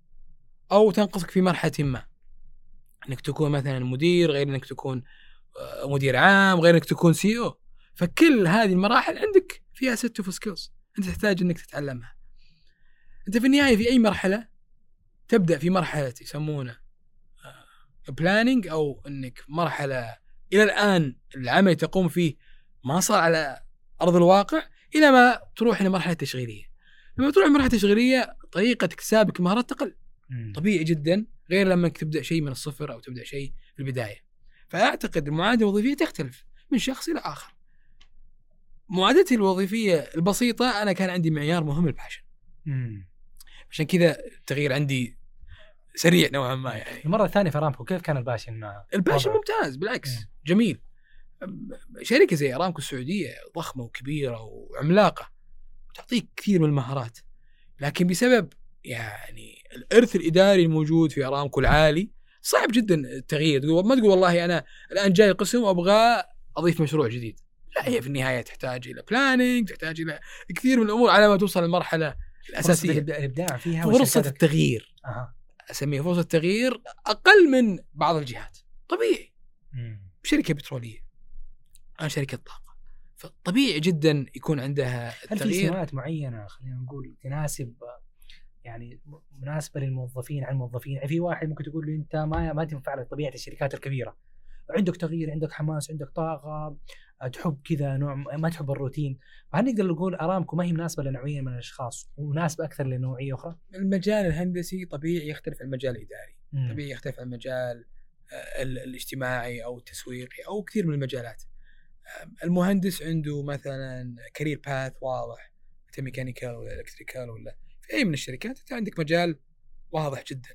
أو تنقصك في مرحلة ما، أنك تكون مثلا مدير، غير أنك تكون مدير عام، غير أنك تكون سي او. فكل هذه المراحل عندك فيها ست اوف سكيلز أنت تحتاج أنك تتعلمها. أنت في النهاية في أي مرحلة تبدأ في مرحلة يسمونه بلانينج، أو أنك مرحلة إلى الآن العمل تقوم فيه ما صار على أرض الواقع، إلى ما تروح إلى مرحلة تشغيلية. لما تروح مرحلة تشغيلية طريقة اكتسابك مهارات تقل طبيعي جدا، غير لما تبدأ شيء من الصفر أو تبدأ شيء في البداية. فأعتقد المعادلة الوظيفية تختلف من شخص إلى آخر. معادلتي الوظيفية البسيطة أنا كان عندي معيار مهم الباشن، عشان كذا التغيير عندي سريع نوعا ما. يعني المرة الثانية في أرامكو كيف كان الباشن؟ الباشن ممتاز بالعكس مم. جميل. شركة زي أرامكو السعودية ضخمة وكبيرة وعملاقة وتعطيك كثير من المهارات، لكن بسبب يعني الإرث الإداري الموجود في أرامكو العالي صعب جدا التغيير. تقول ما تقول والله أنا الآن جاي القسم وأبغى أضيف مشروع جديد، لا، هي في النهاية تحتاج إلى بلانينج، تحتاج إلى كثير من الأمور على ما توصل للمرحلة الأساسية. الإبداع فيها فرصة التغيير أه. أسميها فرصة التغيير أقل من بعض الجهات طبيعي. مم. شركة بترولية، أنا شركة طاقة، فطبيعي جدا يكون عندها التغيير. هل في سمات معينة خلينا نقول تناسب يعني مناسبة للموظفين عن الموظفين؟ يعني في واحد ممكن تقول له أنت ما ما تنفع لك طبيعة الشركات الكبيرة، عندك تغيير، عندك حماس، عندك طاقة، تحب كذا نوع، ما تحب الروتين. فهل نقدر نقول أرامكو ما هي مناسبة لنوعية من الأشخاص ومناسبة أكثر لنوعية أخرى؟ المجال الهندسي طبيعي يختلف عن المجال الإداري، مم. طبيعي يختلف عن المجال الاجتماعي أو التسويقي أو كثير من المجالات. المهندس عنده مثلا كارير باث واضح، ميكانيكال ولا إلكتريكال ولا في أي من الشركات أنت عندك مجال واضح جدا.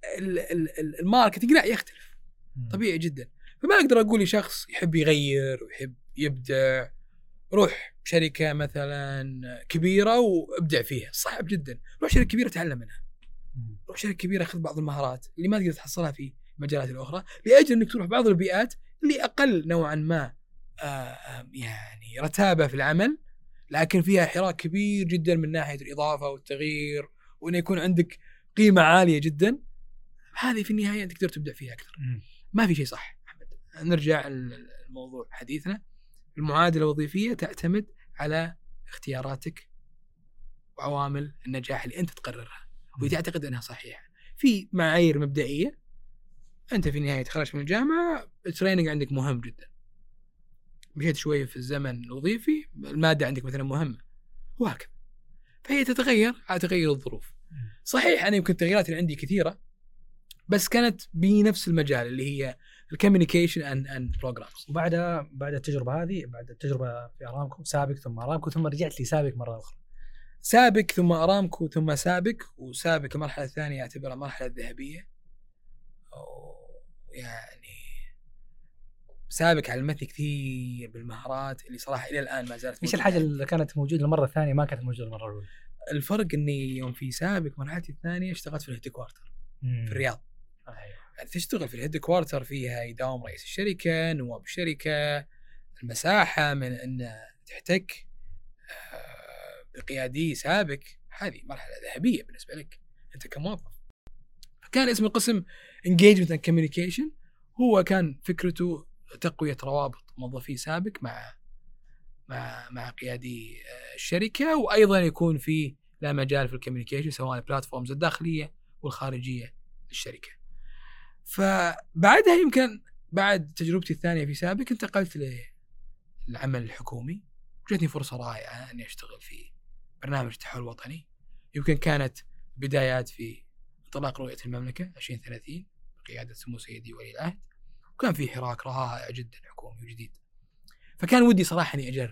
الماركتينج لا يختلف طبيعي جدا. فما أقدر أقول لشخص يحب يغير ويحب يبدع روح شركة مثلا كبيرة وابدع فيها، صعب جدا. روح شركة كبيرة تعلم منها، روح شركة كبيرة خذ بعض المهارات اللي ما تقدر تحصلها في المجالات الأخرى، لأجل أنك تروح بعض البيئات اللي أقل نوعا ما آه يعني رتابة في العمل، لكن فيها حراك كبير جدا من ناحية الإضافة والتغيير، وأن يكون عندك قيمة عالية جدا. هذه في النهاية أنت تقدر تبدع فيها أكثر. م. ما في شيء صح أحمد. نرجع الموضوع حديثنا. المعادلة الوظيفية تعتمد على اختياراتك وعوامل النجاح اللي أنت تقررها وتعتقد أنها صحيحة. في معايير مبدئية أنت في النهاية تخرج من الجامعة، التريننج عندك مهم جدا، مشيت شوي في الزمن الوظيفي، المادة عندك مثلا مهمة، وهكذا. فهي تتغير على تغير الظروف. صحيح أنا يمكن التغييرات اللي عندي كثيرة، بس كانت بنفس المجال اللي هي الكوميونيكيشن اند اند بروجرامز. وبعد بعد التجربه هذه، بعد التجربه في ارامكو، سابق ثم ارامكو، ثم رجعت لسابق مره اخرى. سابق ثم ارامكو ثم سابق، وسابق المرحله الثانيه اعتبرها المرحله الذهبيه. يعني سابق علمتني كثير بالمهارات اللي صراحه الى الان ما زالت. ايش الحاجه اللي كانت موجوده المره الثانيه ما كانت موجوده المره الاولى؟ الفرق اني يوم في سابق مرحلتي الثانيه اشتغلت في الهيد كوارتر في الرياض. أيوة. يعني تشتغل في الهيد كوارتر فيها يداوم رئيس الشركه، نواب الشركه، المساحه من ان تحتك بقيادي سابق، هذه مرحله ذهبيه بالنسبه لك انت كموظف. فكان اسم القسم Engagement and Communication، هو كان فكرته تقويه روابط موظفي سابق مع مع مع قيادي الشركه، وايضا يكون في لا مجال في الكوميونيكيشن سواء البلاتفورمز الداخليه والخارجيه للشركه. فبعدها يمكن بعد تجربتي الثانيه في سابق انتقلت للعمل الحكومي، وجتني فرصه رائعه اني اشتغل في برنامج التحول الوطني. يمكن كانت بدايات في انطلاق رؤيه المملكه عشرين ثلاثين بقياده سمو سيدي ولي العهد، وكان في حراك رائع جدا حكومي وجديد. فكان ودي صراحه اني اجرب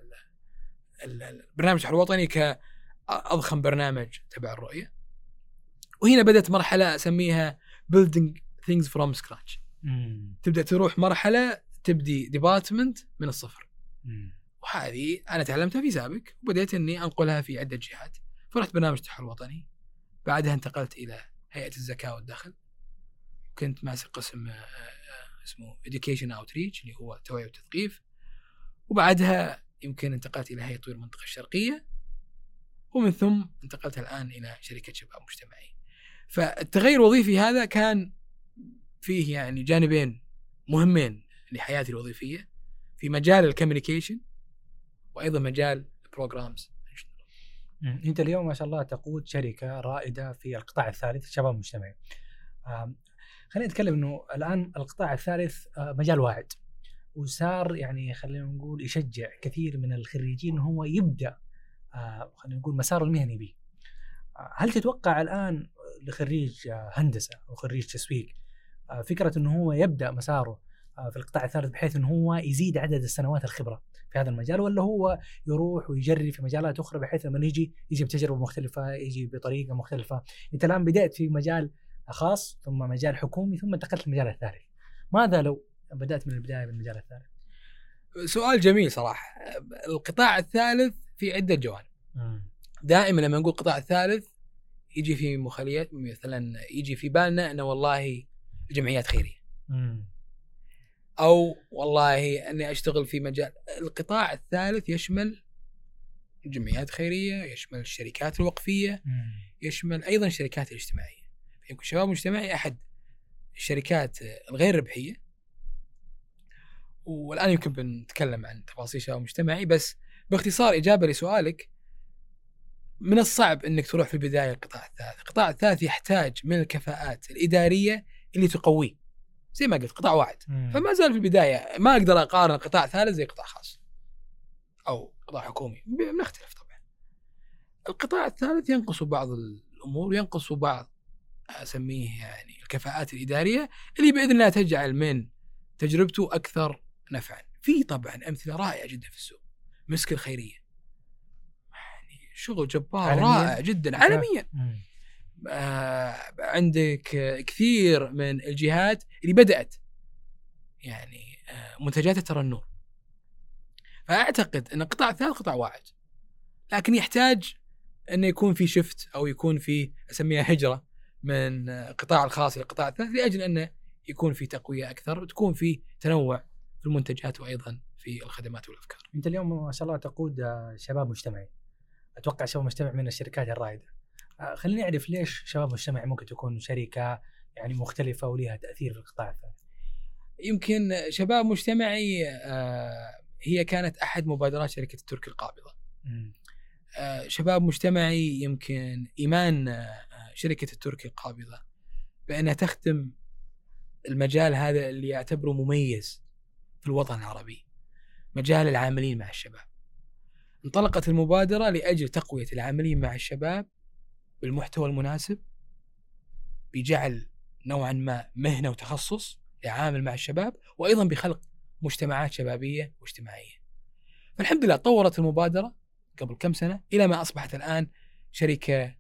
البرنامج التحول الوطني كأضخم برنامج تبع الرؤيه. وهنا بدأت مرحله اسميها building things from scratch. مم. تبدأ تروح مرحلة تبدي ديبارتمنت من الصفر. مم. وهذه أنا تعلمتها في سابق، وبدأت أني أنقلها في عدة جهات. فرحت برنامج التحول الوطني، بعدها انتقلت إلى هيئة الزكاة والدخل، كنت ماسك قسم اسمه Education Outreach اللي هو التوعية والتثقيف. وبعدها يمكن انتقلت إلى هيئة تطوير المنطقة الشرقية، ومن ثم انتقلت الآن إلى شركة شباب مجتمعي. فالتغير الوظيفي هذا كان فيه يعني جانبين مهمين لحياتي الوظيفية، في مجال الكوميونيكيشن وأيضا مجال البروجرامز. أنت اليوم ما شاء الله تقود شركة رائدة في القطاع الثالث شباب مجتمعي. خلينا نتكلم إنه الآن القطاع الثالث مجال واعد، وصار يعني خلينا نقول يشجع كثير من الخريجين إنه هو يبدأ خلينا نقول مساره المهني به. هل تتوقع الآن لخريج هندسة أو خريج تسويق فكرة أنه هو يبدأ مساره في القطاع الثالث بحيث أنه هو يزيد عدد السنوات الخبرة في هذا المجال، ولا هو يروح ويجري في مجالات أخرى بحيث لما يجي يجي بتجربة مختلفة، يجي بطريقة مختلفة؟ أنت الآن بدأت في مجال خاص ثم مجال حكومي ثم انتقلت للمجال الثالث، ماذا لو بدأت من البداية بالمجال الثالث؟ سؤال جميل صراحة. القطاع الثالث في عدة جوانب. دائما لما نقول القطاع الثالث يجي في مخيلات، مثلا يجي في بالنا أنه والله الجمعيات خيرية، مم. أو والله أني أشتغل في مجال. القطاع الثالث يشمل الجمعيات الخيرية، يشمل الشركات الوقفية، مم. يشمل أيضا الشركات الاجتماعية. يمكن شباب مجتمعي أحد الشركات الغير ربحية، والآن يمكن بنتكلم عن تفاصيل شباب مجتمعي، بس باختصار إجابة لسؤالك، من الصعب أنك تروح في البداية القطاع الثالث. القطاع الثالث يحتاج من الكفاءات الإدارية اللي تقويه، زي ما قلت قطاع واحد. مم. فما زال في البداية ما أقدر أقارن قطاع ثالث زي قطاع خاص أو قطاع حكومي، بنختلف طبعا. القطاع الثالث ينقص بعض الأمور، ينقص بعض أسميه يعني الكفاءات الإدارية اللي بإذن الله تجعل من تجربته أكثر نفعا. في طبعا أمثلة رائعة جدا في السوق، مسك الخيرية يعني شغل جبار عالمياً. رائع جدا عالميا. آه عندك كثير من الجهات اللي بدأت يعني آه منتجات الترنم. فأعتقد أن القطاع الثالث قطاع واعد، لكن يحتاج أن يكون في شفت أو يكون في أسميها هجرة من القطاع الخاص إلى القطاع الثالث، لأجل أنه يكون في تقوية أكثر وتكون في تنوع في المنتجات وأيضا في الخدمات والأفكار. أنت اليوم ما شاء الله تقود شباب مجتمعي، أتوقع شباب مجتمع من الشركات الرائدة. خليني أعرف ليش شباب مجتمعي ممكن تكون شركة يعني مختلفة وليها تأثير في القطاع الثالث؟ يمكن شباب مجتمعي هي كانت أحد مبادرات شركة التركي القابضة. م. شباب مجتمعي يمكن إيمان شركة التركي القابضة بأنها تخدم المجال هذا اللي يعتبره مميز في الوطن العربي، مجال العاملين مع الشباب. انطلقت المبادرة لأجل تقوية العاملين مع الشباب بالمحتوى المناسب، بجعل نوعا ما مهنة وتخصص لعامل مع الشباب، وأيضا بخلق مجتمعات شبابية واجتماعية. فالحمد لله طورت المبادرة قبل كم سنة إلى ما أصبحت الآن شركة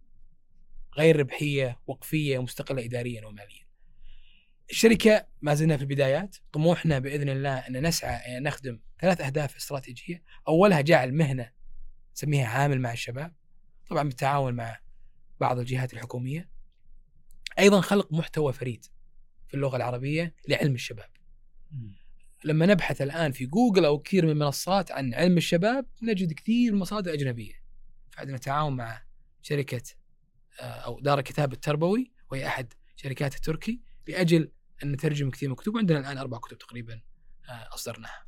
غير ربحية وقفية ومستقلة إداريا وماليا. الشركة ما زلنا في البدايات، طموحنا بإذن الله أن نسعى أن نخدم ثلاث أهداف استراتيجية. أولها جعل مهنة نسميها عامل مع الشباب، طبعا بالتعاون مع بعض الجهات الحكومية. أيضا خلق محتوى فريد في اللغة العربية لعلم الشباب. لما نبحث الآن في جوجل أو كثير من المنصات عن علم الشباب نجد كثير مصادر أجنبية. فعندنا تعاون مع شركة أو دار الكتاب التربوي، وهي أحد شركات التركي، لأجل أن نترجم كثير من كتب. عندنا الآن أربع كتب تقريبا أصدرناها.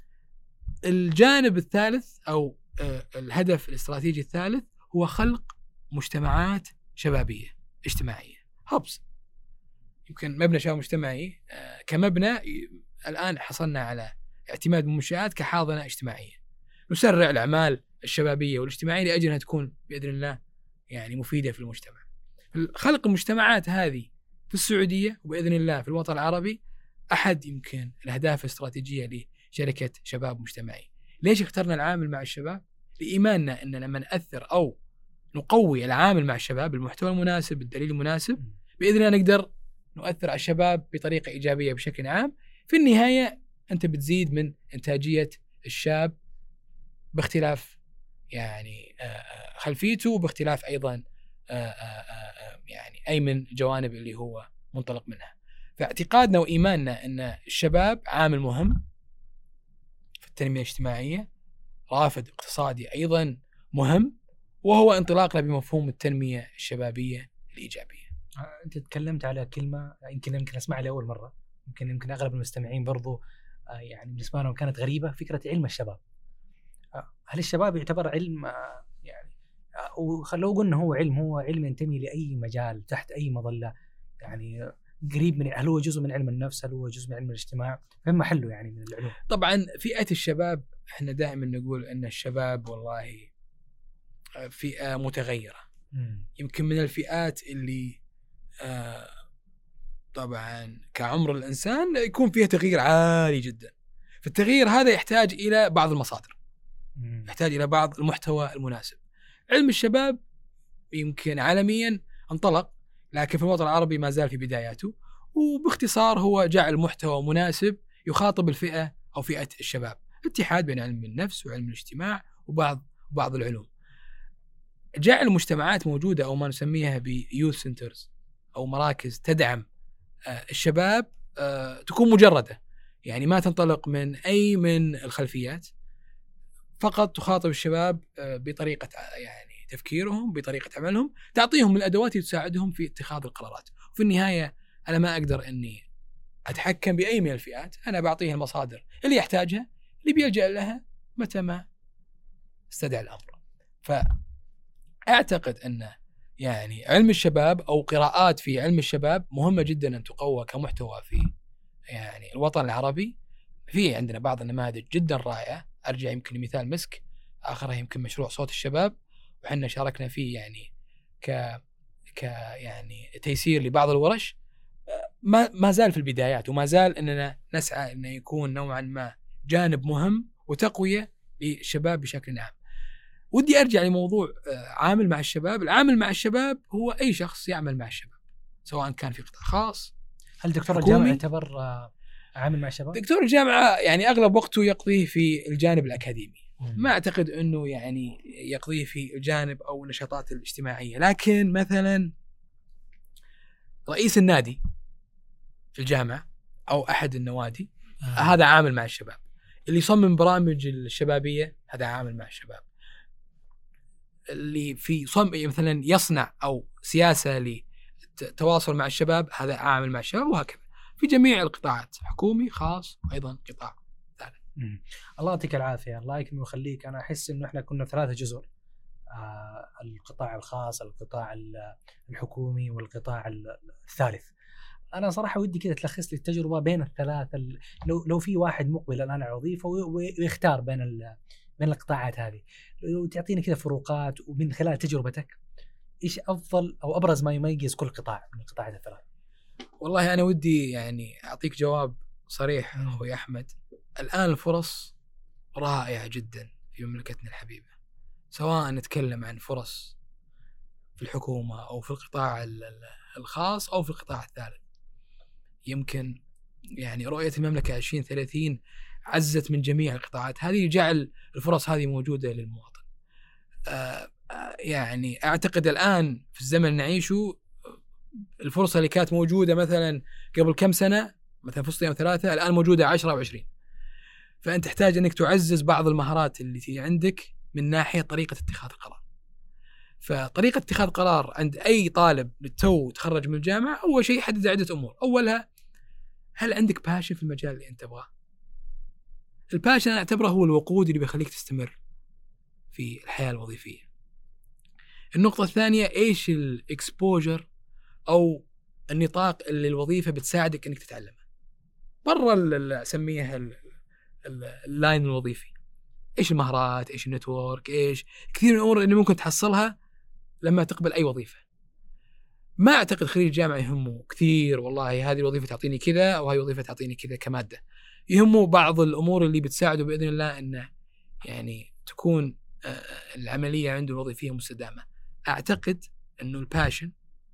الجانب الثالث أو الهدف الاستراتيجي الثالث هو خلق مجتمعات شبابية اجتماعية، هبس. يمكن مبنى شباب مجتمعي كمبنى الآن حصلنا على اعتماد منشآت كحاضنة اجتماعية، نسرع الأعمال الشبابية والاجتماعية لأجل أنها تكون بإذن الله يعني مفيدة في المجتمع. خلق المجتمعات هذه في السعودية وبإذن الله في الوطن العربي أحد يمكن الأهداف الاستراتيجية لشركة شباب مجتمعي. ليش اخترنا العامل مع الشباب؟ لإيماننا أن لما نأثر أو نقوي العامل مع الشباب بالمحتوى المناسب بالدليل المناسب، بإذن الله نقدر نؤثر على الشباب بطريقة إيجابية بشكل عام. في النهاية أنت بتزيد من إنتاجية الشاب باختلاف يعني خلفيته، باختلاف أيضا يعني أي من جوانب اللي هو منطلق منها. فاعتقادنا وإيماننا أن الشباب عامل مهم في التنمية الاجتماعية، رافد اقتصادي أيضا مهم، وهو انطلاقنا بمفهوم التنمية الشبابية الإيجابية. أنت تكلمت على كلمة يمكن يمكن أسمعها لأول مرة، يمكن يمكن أغلب المستمعين برضو يعني بالنسبة لهم كانت غريبة، فكرة علم الشباب. هل الشباب يعتبر علم يعني، وخلوا قلنا هو علم هو علم ينتمي لأي مجال تحت أي مظلة، يعني قريب من، هل هو جزء من علم النفس، هل هو جزء من علم الاجتماع، فين محله يعني من العلوم؟ طبعا فئة الشباب احنا دائما نقول أن الشباب والله فئة متغيرة. م. يمكن من الفئات اللي آه طبعا كعمر الإنسان يكون فيها تغيير عالي جدا. فالتغيير هذا يحتاج إلى بعض المصادر، م. يحتاج إلى بعض المحتوى المناسب. علم الشباب يمكن عالميا انطلق، لكن في الوطن العربي ما زال في بداياته، وباختصار هو جعل محتوى مناسب يخاطب الفئة أو فئة الشباب، اتحاد بين علم النفس وعلم الاجتماع وبعض بعض العلوم. جعل مجتمعات موجودة أو ما نسميها بيوث سنترز أو مراكز تدعم الشباب تكون مجردة، يعني ما تنطلق من أي من الخلفيات، فقط تخاطب الشباب بطريقة يعني تفكيرهم، بطريقة عملهم، تعطيهم الأدوات اللي تساعدهم في اتخاذ القرارات. وفي النهاية أنا ما أقدر أني أتحكم بأي من الفئات، أنا بعطيه المصادر اللي يحتاجها، اللي بيلجأ لها متى ما استدعى الأمر. فأعتقد أن يعني علم الشباب أو قراءات في علم الشباب مهمة جدا أن تقوى كمحتوى في يعني الوطن العربي. في عندنا بعض النماذج جدا رائعة، أرجع يمكن لمثال مسك، آخرها يمكن مشروع صوت الشباب، وحنا شاركنا فيه يعني ك ك يعني تيسير لبعض الورش. ما ما زال في البدايات، وما زال أننا نسعى أن يكون نوعا ما جانب مهم وتقوية للشباب بشكل عام. ودي أرجع لموضوع عامل مع الشباب. العامل مع الشباب هو أي شخص يعمل مع الشباب، سواء كان في قطاع خاص. هل دكتور الجامعة يعتبر عامل مع الشباب؟ دكتور الجامعة يعني أغلب وقته يقضيه في الجانب الأكاديمي، ما أعتقد أنه يعني يقضيه في الجانب أو النشاطات الاجتماعية. لكن مثلا رئيس النادي في الجامعة أو أحد النوادي آه. هذا عامل مع الشباب. اللي يصمم برامج الشبابية هذا عامل مع الشباب. اللي في صم مثلا يصنع أو سياسة للتواصل مع الشباب هذا عامل مع الشباب، وهكذا في جميع القطاعات، حكومي خاص وأيضا قطاع ثالث. الله يعطيك العافية، الله يكرمك ويخليك. أنا أحس إنه إحنا كنا ثلاثة جزر، آه القطاع الخاص، القطاع الحكومي، والقطاع الثالث. انا صراحه ودي كذا تلخص لي التجربه بين الثلاث ال... لو لو في واحد مقبل الان على وظيفه ويختار بين ال... بين القطاعات هذه، لو تعطيني كذا فروقات ومن خلال تجربتك ايش افضل او ابرز ما يميز كل قطاع من القطاعات الثلاث؟ والله انا ودي يعني اعطيك جواب صريح اخوي احمد. الان الفرص رائعه جدا في مملكتنا الحبيبه، سواء نتكلم عن فرص في الحكومه او في القطاع الخاص او في القطاع الثالث. يمكن يعني رؤيه المملكه عشرين ثلاثين عزت من جميع القطاعات هذه، جعل الفرص هذه موجوده للمواطن. آه يعني اعتقد الان في الزمن اللي نعيشه الفرصه اللي كانت موجوده مثلا قبل كم سنه، مثلا فرصتين او ثلاثه، الان موجوده عشرة او عشرين. فانت تحتاج انك تعزز بعض المهارات اللي في عندك من ناحيه طريقه اتخاذ القرار. فطريقه اتخاذ قرار عند اي طالب للتو تخرج من الجامعه، اول شيء يحدد عده امور. اولها هل عندك باشن في المجال اللي انت تبغاه؟ الباشن انا اعتبره هو الوقود اللي بيخليك تستمر في الحياه الوظيفيه. النقطه الثانيه ايش الاكسبوجر او النطاق اللي الوظيفه بتساعدك انك تتعلمها برا اللي اسميها اللاين الوظيفي. ايش المهارات، ايش النتورك، ايش كثير من الامور اللي ممكن تحصلها لما تقبل اي وظيفه. ما اعتقد خريج جامعه يهمه كثير والله هذه الوظيفه تعطيني كذا او هذه الوظيفه تعطيني كذا كماده. يهمه بعض الامور اللي بتساعده باذن الله انه يعني تكون العمليه عنده الوظيفيه مستدامه. اعتقد انه الباشن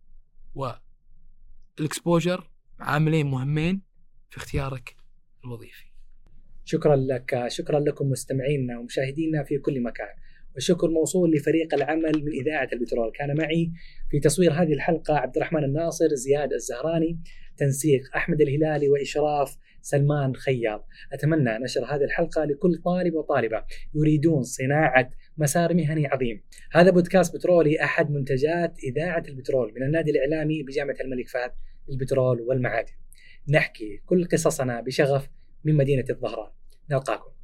والاكسبوجر عاملين مهمين في اختيارك الوظيفي. شكرا لك، شكرا لكم مستمعينا ومشاهدينا في كل مكان، والشكر موصول لفريق العمل من إذاعة البترول. كان معي في تصوير هذه الحلقة عبد الرحمن الناصر، زياد الزهراني، تنسيق أحمد الهلالي، وإشراف سلمان خياط. أتمنى نشر هذه الحلقة لكل طالب وطالبة يريدون صناعة مسار مهني عظيم. هذا بودكاست بترولي، أحد منتجات إذاعة البترول من النادي الإعلامي بجامعة الملك فهد للبترول والمعادن. نحكي كل قصصنا بشغف من مدينة الظهران. نلقاكم.